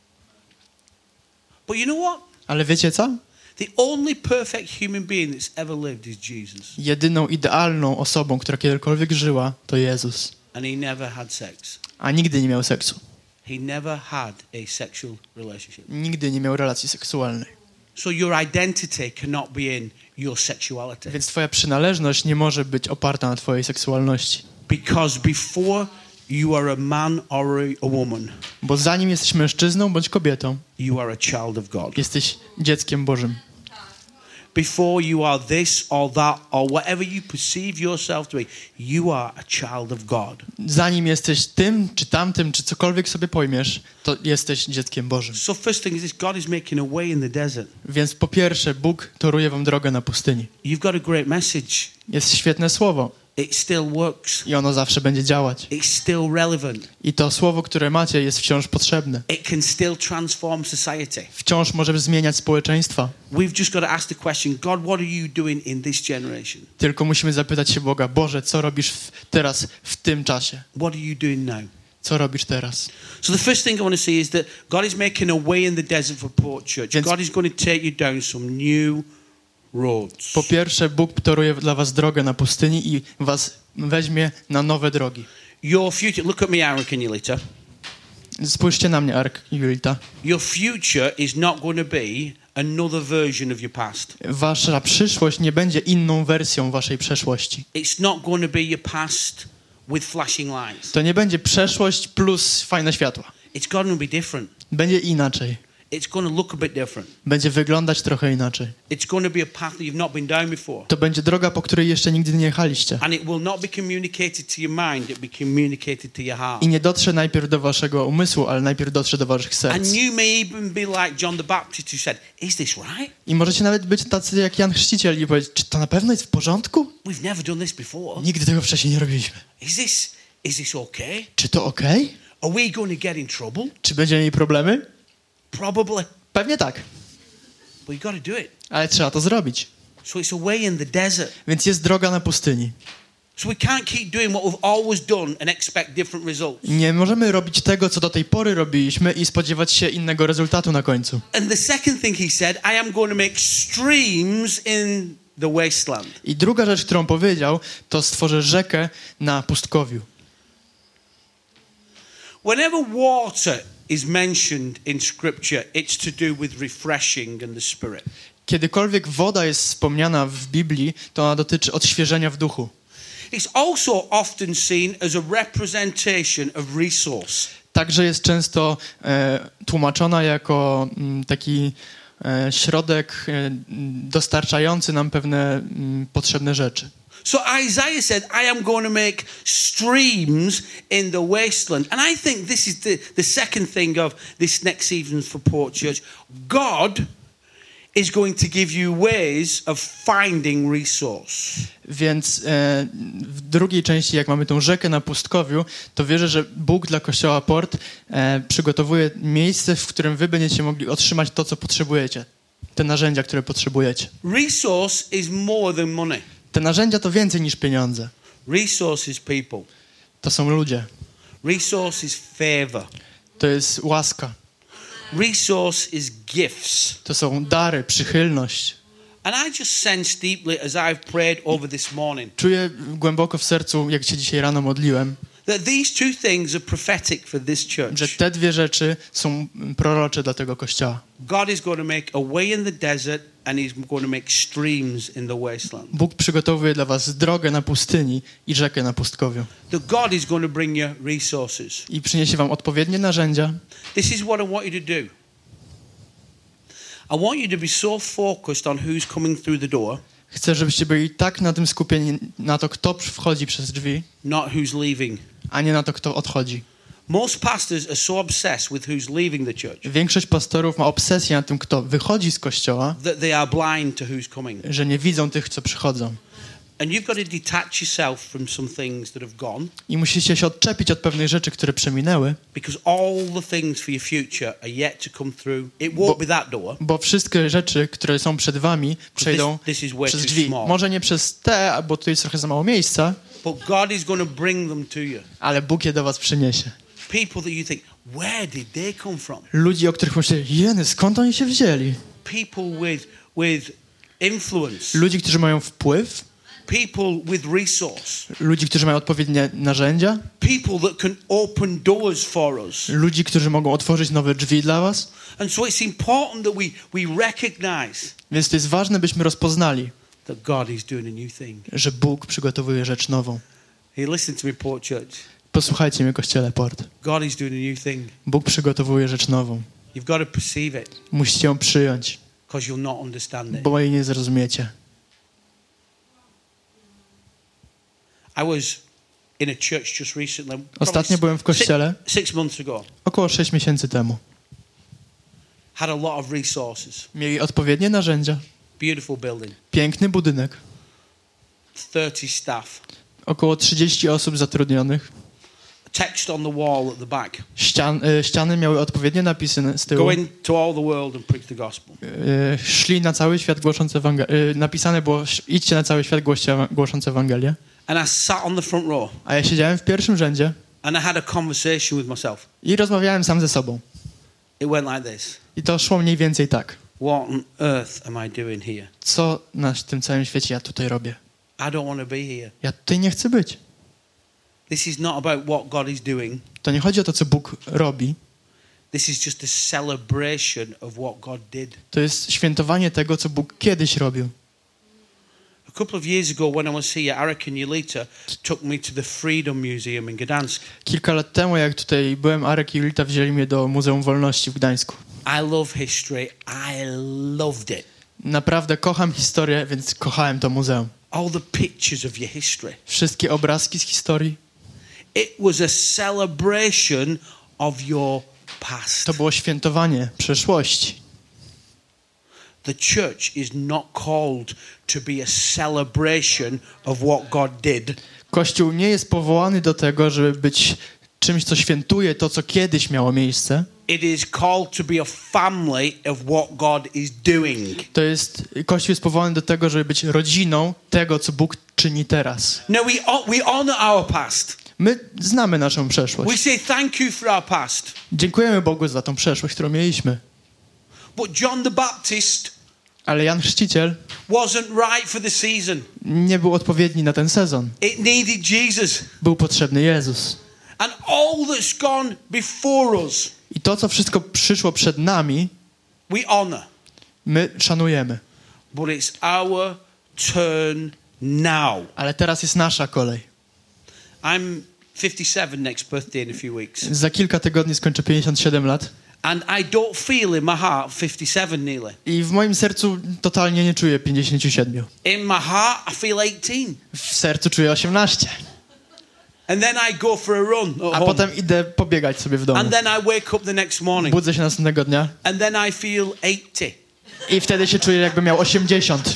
But you know what? Ale wiecie co? The only perfect human being that's ever lived is Jesus. Jedyną idealną osobą, która kiedykolwiek żyła, to Jezus. And he never had sex. A nigdy nie miał seksu. He never had a sexual relationship. Nigdy nie miał relacji seksualnej. So your identity cannot be in your sexuality. Więc twoja przynależność nie może być oparta na twojej seksualności. Because before you are a man or a woman, Bo zanim jesteś mężczyzną bądź kobietą, you are a child of God. jesteś dzieckiem Bożym. Before you are this or that or whatever you perceive yourself to be, you are a child of God. Zanim jesteś tym, czy tamtym, czy cokolwiek sobie pojmiesz, to jesteś dzieckiem Bożym. So first thing is this, God is making a way in the desert. Więc po pierwsze, Bóg toruje wam drogę na pustyni. You've got a great message. Jest świetne słowo It still works. i ono zawsze będzie działać. It's still relevant. I to słowo, które macie, jest wciąż potrzebne. It can still transform society. Wciąż może zmieniać społeczeństwa. We've just got to ask the question, God, what are you doing in this generation? Tylko musimy zapytać się Boga, Boże, co robisz w, teraz, w tym czasie? What are you doing now? Co robisz teraz? So the first thing I want to say is that God is making a way in the desert for Port Church. Więc- God is going to take you down some new roads. Po pierwsze, Bóg toruje dla was drogę na pustyni i was weźmie na nowe drogi. Your future, look at me, Aaron, can you later? Spójrzcie na mnie, Ark i Julita. Your future is not going to be another version of your past. Wasza przyszłość nie będzie inną wersją waszej przeszłości. It's not going to be your past with flashing lights. To nie będzie przeszłość plus fajne światła. It's going to be different. Będzie inaczej. It's going to look a bit different. Będzie wyglądać trochę inaczej. It's going to be a path that you've not been down before. To będzie droga, po której jeszcze nigdy nie jechaliście. And it will not be communicated to your mind, it will be communicated to your heart. I nie dotrze najpierw do waszego umysłu, ale najpierw dotrze do waszych serc. And you may even be like John the Baptist who said, is this right? I możecie nawet być tacy jak Jan Chrzciciel i powiedzieć, czy to na pewno jest w porządku? We've never done this before. Nigdy tego wcześniej nie robiliśmy. Is this, is this okay? Czy to okej? Are we going to get in trouble? Czy będziemy mieli problemy? Probably. Pewnie tak, But you've got to do it. ale trzeba to zrobić. So it's a way in the desert. Więc jest droga na pustyni. So we can't keep doing what we've always done and expect different results. Nie możemy robić tego, co do tej pory robiliśmy i spodziewać się innego rezultatu na końcu. And the second thing he said, I am going to make streams in the wasteland. I druga rzecz, którą powiedział, to stworzę rzekę na pustkowiu. Whenever water is mentioned in scripture, it's to do with refreshing and the spirit. Kiedykolwiek woda jest wspomniana w Biblii, to ona dotyczy odświeżenia w duchu. It's also often seen as a representation of resource. Także jest często e, tłumaczona jako m, taki e, środek e, dostarczający nam pewne m, potrzebne rzeczy. So Isaiah said, I am going to make streams in the wasteland. And I think this is the, the second thing of this next season for Port Church. God is going to give you ways of finding resource. Więc e, w drugiej części, jak mamy tą rzekę na pustkowiu, to wierzę, że Bóg dla Kościoła Port e, przygotowuje miejsce, w którym wy będziecie mogli otrzymać to, co potrzebujecie. Te narzędzia, które potrzebujecie. Resource is more than money. Te narzędzia to więcej niż pieniądze. Resource is people. To są ludzie. Resource is favor. To jest łaska. Resource is gifts. To są dary, przychylność. And I just sense deeply as I've prayed over this morning Czuję głęboko w sercu, jak się dzisiaj rano modliłem, That these two things are prophetic for this church. Że te dwie rzeczy są prorocze dla tego kościoła. God is going to make a way in the desert and he's going to make streams in the wasteland. Bóg przygotowuje dla was drogę na pustyni i rzekę na pustkowiu. That God is going to bring you resources. I przyniesie wam odpowiednie narzędzia. This is what I want you to do. I want you to be so focused on who's coming through the door. Chcę, żebyście byli tak na tym skupieni, na to, kto wchodzi przez drzwi, not who's leaving. a nie na to, kto odchodzi. Most pastors are so obsessed with who's leaving the church Większość pastorów ma obsesję na tym, kto wychodzi z kościoła, that they are blind to who's coming. że nie widzą tych, co przychodzą. And you've got to detach yourself from some things that have gone, I musicie się odczepić od pewnych rzeczy, które przeminęły, because all the things for your future are yet to come through. It won't Bo- be that door. bo wszystkie rzeczy, które są przed wami, przejdą this, this is way przez too drzwi. small. Może nie przez te, bo tu jest trochę za mało miejsca, But God is going to bring them to you. ale Bóg je do was przyniesie. People that you think, where did they come from? Ludzi, o których myślicie, jeny, skąd oni się wzięli? People with with influence. Ludzi, którzy mają wpływ, People with resource. ludzi, którzy mają odpowiednie narzędzia, People that can open doors for us. ludzi, którzy mogą otworzyć nowe drzwi dla was. And so it's important that we, we recognize Więc to jest ważne, byśmy rozpoznali, that God is doing a new thing. że Bóg przygotowuje rzecz nową. Hey, listen to me, Port Church. Posłuchajcie mnie, Kościele Port. God is doing a new thing. Bóg przygotowuje rzecz nową. You've got to perceive it Musicie ją przyjąć, because you'll not understand it. bo jej nie zrozumiecie. I was in a church just recently. Ostatnio byłem w kościele Six, six months ago. około sześć miesięcy temu. Had a lot of resources. Mieli odpowiednie narzędzia, Beautiful building. piękny budynek, thirty staff. około trzydzieści osób zatrudnionych. Text on the wall at the back. Ścian, y, ściany miały odpowiednie napisy z tyłu. Go into all the world and preach the gospel. Y, szli na cały świat głosząc Ewangelię. Y, napisane było, idźcie na cały świat głoście, głosząc Ewangelię. And I sat on the front row A ja siedziałem w pierwszym rzędzie and I had a conversation with myself. i rozmawiałem sam ze sobą. It went like this. I to szło mniej więcej tak. What on earth am I doing here? Co na tym całym świecie ja tutaj robię? I don't want to be here. Ja tutaj nie chcę być. This is not about what God is doing. To nie chodzi o to, co Bóg robi. This is just a celebration of what God did. To jest świętowanie tego, co Bóg kiedyś robił. A couple of years ago when I was here, Arik and Yulita took me to the Freedom Museum in Gdansk. Kilka lat temu, jak tutaj byłem, Arek i Julita wzięli mnie do Muzeum Wolności w Gdańsku. I love history. I loved it. Naprawdę kocham historię, więc kochałem to muzeum. All the pictures of your history. Wszystkie obrazki z historii. It was a celebration of your past. To było świętowanie przeszłości. The church is not called to be a celebration of what God did. Kościół nie jest powołany do tego, żeby być czymś, co świętuje to, co kiedyś miało miejsce. It is called to be a family of what God is doing. To jest, Kościół jest powołany do tego, żeby być rodziną tego, co Bóg czyni teraz. No, we we honor our past. My znamy naszą We przeszłość. say thank you for our past. Dziękujemy Bogu za tą przeszłość, którą mieliśmy. But John the Baptist Ale Jan Chrzciciel wasn't right for the season. nie był odpowiedni na ten sezon. It needed Jesus. Był potrzebny Jezus. And all that's gone before us, I to, co wszystko przyszło przed nami, we honor. my szanujemy. But it's our turn now. Ale teraz jest nasza kolej. I'm fifty-seven next birthday in a few weeks. Za kilka tygodni skończę pięćdziesiąt siedem lat. And I don't feel in my heart fifty-seven nearly. I w moim sercu totalnie nie czuję pięćdziesiąt siedem. In my heart, I feel eighteen. W sercu czuję osiemnaście. And then I go for a run at A home. potem idę pobiegać sobie w domu. And then I wake up the next morning. Budzę się następnego dnia And then I feel eighty. i wtedy się czuję, jakbym miał osiemdziesiąt.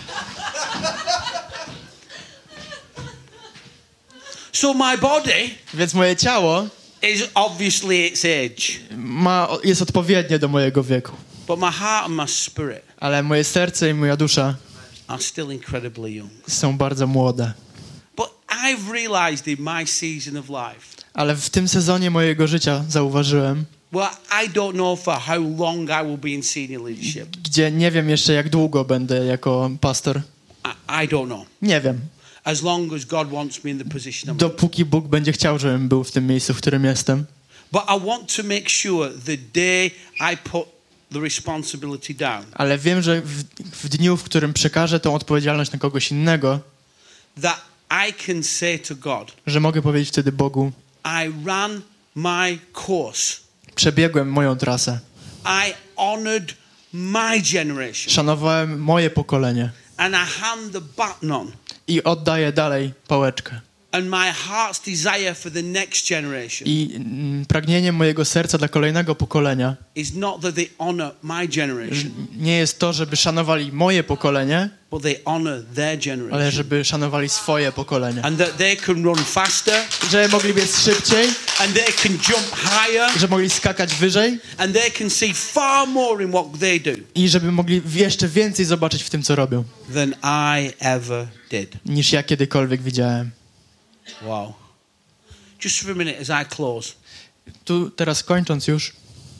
So my body Więc moje ciało is obviously its age. ma, jest odpowiednie do mojego wieku. But my heart and my spirit Ale moje serce i moja dusza are still incredibly young. są bardzo młode. But I've realized in my season of life, Ale w tym sezonie mojego życia zauważyłem, well, I don't know for how long I will be in senior leadership. gdzie nie wiem jeszcze, jak długo będę jako pastor. I, I don't know. Nie wiem. As long as God wants me in the position I'm in. Dopóki Bóg będzie chciał, żebym był w tym miejscu, w którym jestem. But I want to make sure the day I put the responsibility down, Ale wiem, że w, w dniu, w którym przekażę tą odpowiedzialność na kogoś innego, that I can say to God, że mogę powiedzieć wtedy Bogu, I ran my course. przebiegłem moją trasę. I honored my generation. Szanowałem moje pokolenie And I hand the baton on. i oddaję dalej pałeczkę. And my heart's desire for the next generation I mm, pragnienie mojego serca dla kolejnego pokolenia is not that they honor my generation, nie jest to, żeby szanowali moje pokolenie, but they honor their ale generation. żeby szanowali swoje pokolenie. And that they can run faster, Że mogli biec szybciej, and they can jump higher, że mogli skakać wyżej and they can see far more in what they do i żeby mogli jeszcze więcej zobaczyć w tym, co robią, than I ever did. niż ja kiedykolwiek widziałem. Wow. Just for a minute as I close, Tu teraz kończąc już,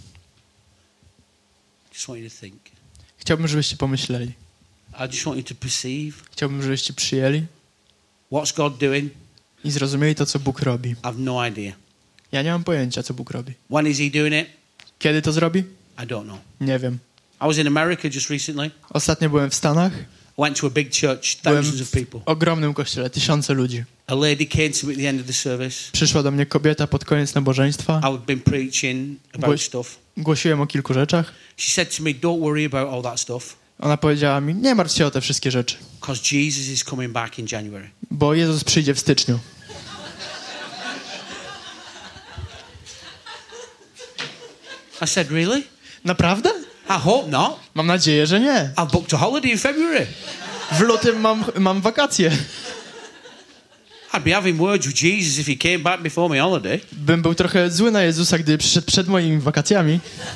just want you to think. chciałbym, żebyście pomyśleli. I just want you to perceive Chciałbym, żebyście przyjęli what's God doing. i zrozumieli to, co Bóg robi. I've no idea. Ja nie mam pojęcia, co Bóg robi. When is He doing it? Kiedy to zrobi? I don't know. Nie wiem. I was in America just recently. Ostatnio byłem w Stanach. Went to a big church, Byłem thousands of people. w ogromnym kościele, tysiące ludzi. A lady came to me at the end of the service. Przyszła do mnie kobieta pod koniec nabożeństwa. I had been preaching about Głoś- stuff. Głosiłem o kilku rzeczach. She said to me, "Don't worry about all that stuff, Ona powiedziała mi, nie martw się o te wszystkie rzeczy, because Jesus is coming back in January." bo Jezus przyjdzie w styczniu. I said, "Really? Naprawdę? I hope not. Mam nadzieję, że nie. I've booked a holiday in February. W lutym mam, mam wakacje. I'd be having words with Jesus if he came back before my holiday." Bym był trochę zły na Jezusa, gdy przyszedł przed moimi wakacjami.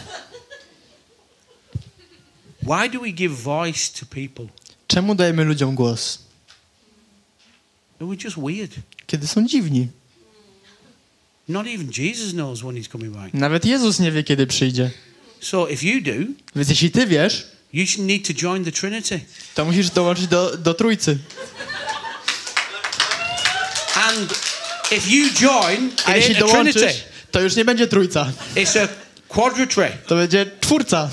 Why do we give voice to people? Czemu dajemy ludziom głos? They were just weird. Kiedy są dziwni. Not even Jesus knows when he's coming back. Nawet Jezus nie wie, kiedy przyjdzie. So if you do, Więc jeśli ty wiesz, you should need to join the Trinity. to musisz dołączyć do, do Trójcy. And if you join, it A jeśli ain't a Trinity. dołączysz, to już nie będzie Trójca. It's a quadratry. To będzie Czwórca.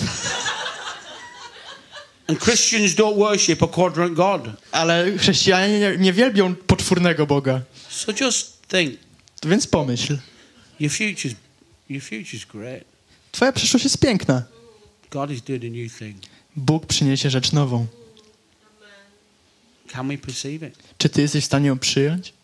And Christians don't worship a quadrant God. Ale chrześcijanie nie, nie wielbią poczwórnego Boga. So just think, To więc pomyśl. your future's, your future's great. Twoja przyszłość jest piękna. God is doing a new thing. Bóg przyniesie rzecz nową. Can we perceive it? Czy ty jesteś w stanie ją przyjąć?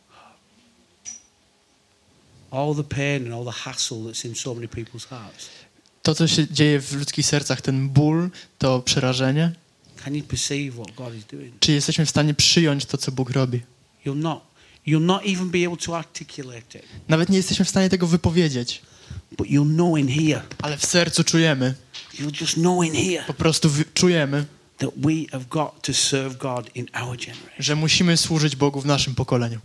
All the pain and all the hassle that's in so many people's hearts. To, co się dzieje w ludzkich sercach, ten ból, to przerażenie. Can you perceive what God is doing? Czy jesteśmy w stanie przyjąć to, co Bóg robi? You'll not. You'll not even be able to articulate it. Nawet nie jesteśmy w stanie tego wypowiedzieć. But you'll know in here. Ale w sercu czujemy, You'll just know in here po prostu wi- czujemy, that we have got to serve God in our generation. że musimy służyć Bogu w naszym pokoleniu.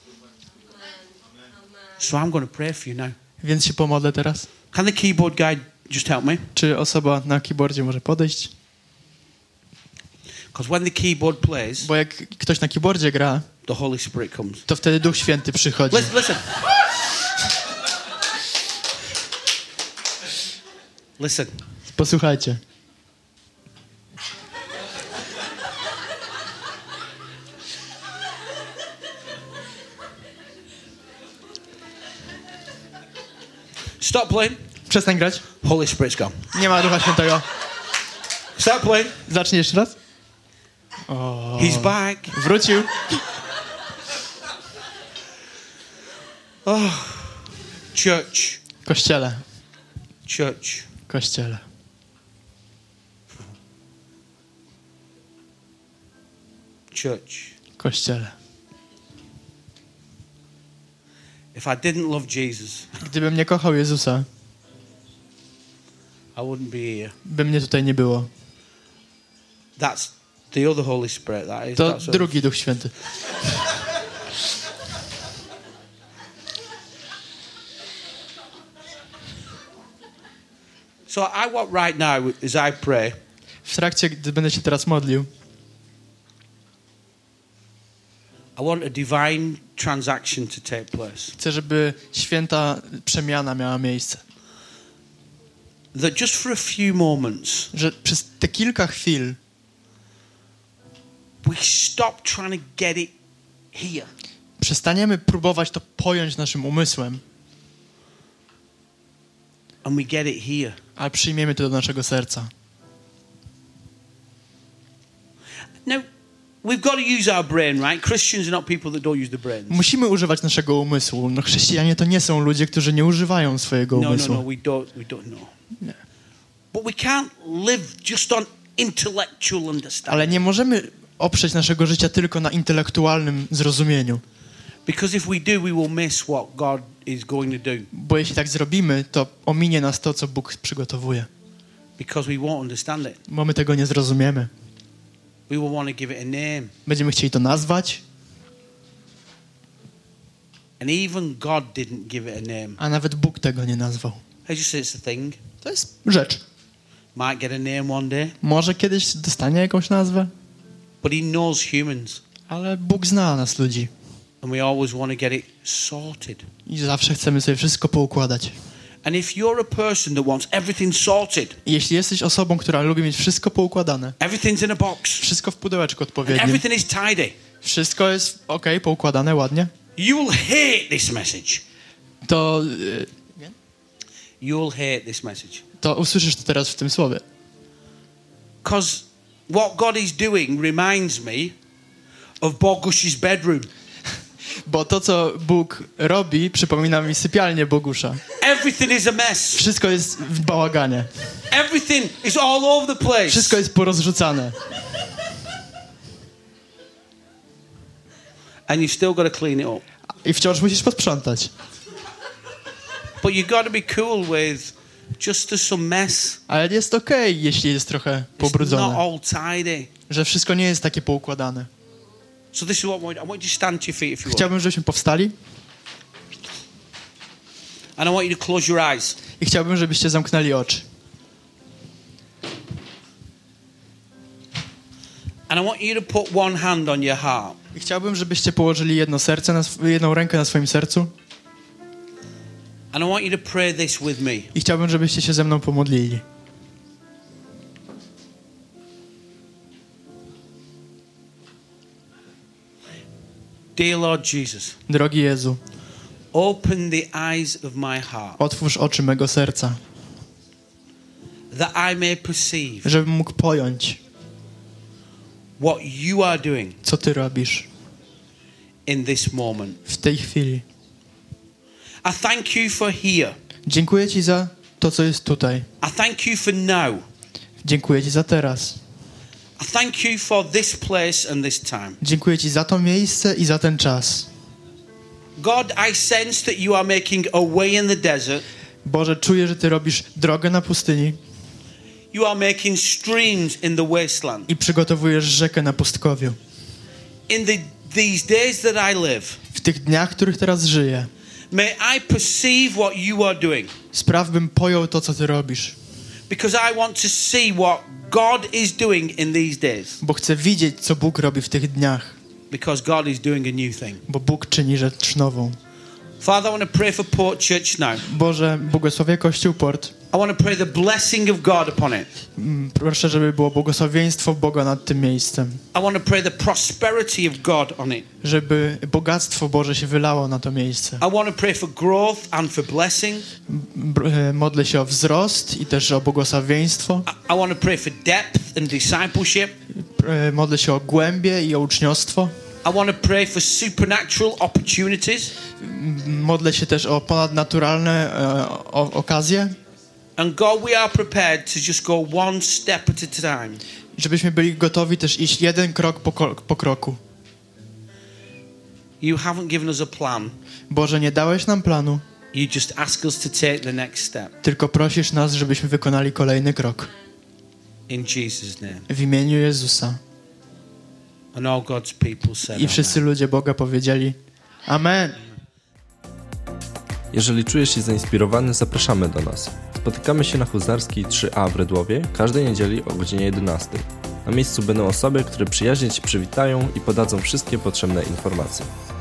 So I'm going to pray for you now. Więc się pomodlę teraz. Can the keyboard guy just help me? Czy osoba na keyboardzie może podejść? Because when the keyboard plays, Bo jak ktoś na keyboardzie gra, the Holy Spirit comes. to wtedy Duch Święty przychodzi. Listen, listen. Listen. Posłuchajcie. Stop playing. Przestań grać. Holy Spirit's gone. Nie ma Ducha Świętego. Stop playing. Zacznij jeszcze raz. O, He's back. wrócił. Oh. Church. Kościele. Church. Kościele. Church. Kościele. If I didn't love Jesus, Gdybym nie kochał Jezusa, I wouldn't be here. by mnie tutaj nie było. That's the other Holy Spirit. That is. To That's drugi Duch Święty. So I want right now, as I pray, W trakcie, gdy będę się teraz modlił, I want a divine transaction to take place. Chcę, żeby święta przemiana miała miejsce. That just for a few moments, Że przez te kilka chwil we stop trying to get it here. przestaniemy próbować to pojąć naszym umysłem, And we get it here. ale przyjmiemy to do naszego serca. Now, we've got to use our brain, right? Christians are not people that don't use the brains. Musimy używać naszego umysłu. No, chrześcijanie to nie są ludzie, którzy nie używają swojego No, no, umysłu. no, we don't, we don't know. Nie. But we can't live just on intellectual understanding. Ale nie możemy oprzeć naszego życia tylko na intelektualnym zrozumieniu. Because if we do, we will miss what God is going to do. Bo jeśli tak zrobimy, to ominie nas to, co Bóg przygotowuje. Because we won't understand it. Bo my tego nie zrozumiemy. We will want to give it a name. Będziemy chcieli to nazwać, And even God didn't give it a name. a nawet Bóg tego nie nazwał. I just say it's a thing. To jest rzecz. Might get a name one day. Może kiedyś dostanie jakąś nazwę, But he knows humans. ale Bóg zna nas, ludzi. And we always want to get it sorted. I zawsze chcemy sobie wszystko poukładać. And if you're a person that wants everything sorted, I jeśli jesteś osobą, która lubi mieć wszystko poukładane, everything's in a box, wszystko w pudełeczku and odpowiednim, everything is tidy, wszystko jest ok, poukładane ładnie, you will hate this message. to, y, You'll hate this message. to usłyszysz to teraz w tym słowie. Because what God is doing reminds me of Bogus's bedroom. Bo to, co Bóg robi, przypomina mi sypialnię Bogusza. Everything is a mess. Wszystko jest w bałaganie. Everything is all over the place. Wszystko jest porozrzucane. And you've still got to clean it up. I wciąż musisz posprzątać. But you've got to be cool with just there's some mess. Ale jest okej, jeśli jest trochę It's not pobrudzone. all tidy. Że wszystko nie jest takie poukładane. So this is what I want. I want you to stand to your feet if you want. Chciałbym, żebyśmy powstali And I want you to close your eyes. i chciałbym, żebyście zamknęli oczy. And I want you to put one hand on your heart. I chciałbym, żebyście położyli jedno serce, na sw- jedną rękę na swoim sercu. And I want you to pray this with me. I chciałbym, żebyście się ze mną pomodlili. Dear Lord Jesus, Drogi Jezu, open the eyes of my heart otwórz oczy mego serca, that I may perceive żebym mógł pojąć, what you are doing co Ty robisz in this moment. w tej chwili. I thank you for here. Dziękuję Ci za to, co jest tutaj. I thank you for now. Dziękuję Ci za teraz. I thank you for this place and this time. Dziękuję Ci za to miejsce i za ten czas. God, I sense that you are making a way in the desert. Boże, czuję, że Ty robisz drogę na pustyni You are making streams in the wasteland. i przygotowujesz rzekę na pustkowiu. In the, these days that I live, W tych dniach, w których teraz żyję, may I perceive what you are doing. spraw, bym pojął to, co Ty robisz. Because I want to see what God is doing in these days. Bo chcę widzieć, co Bóg robi w tych dniach. Because God is doing a new thing. Bo Bóg czyni rzecz nową. Father, I want to pray for Port Church now. Boże, błogosławię Kościół Port. I want to pray the blessing of God upon it. Mm, Proszę, żeby było błogosławieństwo Boga nad tym miejscem. I want to pray the prosperity of God on it. Żeby bogactwo Boże się wylało na to miejsce. I want to pray for growth and for blessing. B- e, Modlę się o wzrost i też o błogosławieństwo. I, I want to pray for depth and discipleship. E, Modlę się o głębie i o uczniostwo. I want to pray for supernatural opportunities. M- Modlę się też o ponadnaturalne e, o, okazje. And God, we are prepared to just go one step at a time. Żebyśmy byli gotowi też iść jeden krok po, ko- po kroku. You haven't given us a plan. Boże, nie dałeś nam planu, You just ask us to take the next step. tylko prosisz nas, żebyśmy wykonali kolejny krok. In Jesus' name. W imieniu Jezusa. And all God's people said I wszyscy amen. ludzie Boga powiedzieli Amen. Jeżeli czujesz się zainspirowany, zapraszamy do nas. Spotykamy się na Huzarskiej trzy A w Redłowie każdej niedzieli o godzinie jedenastej. Na miejscu będą osoby, które przyjaźnie Cię przywitają i podadzą wszystkie potrzebne informacje.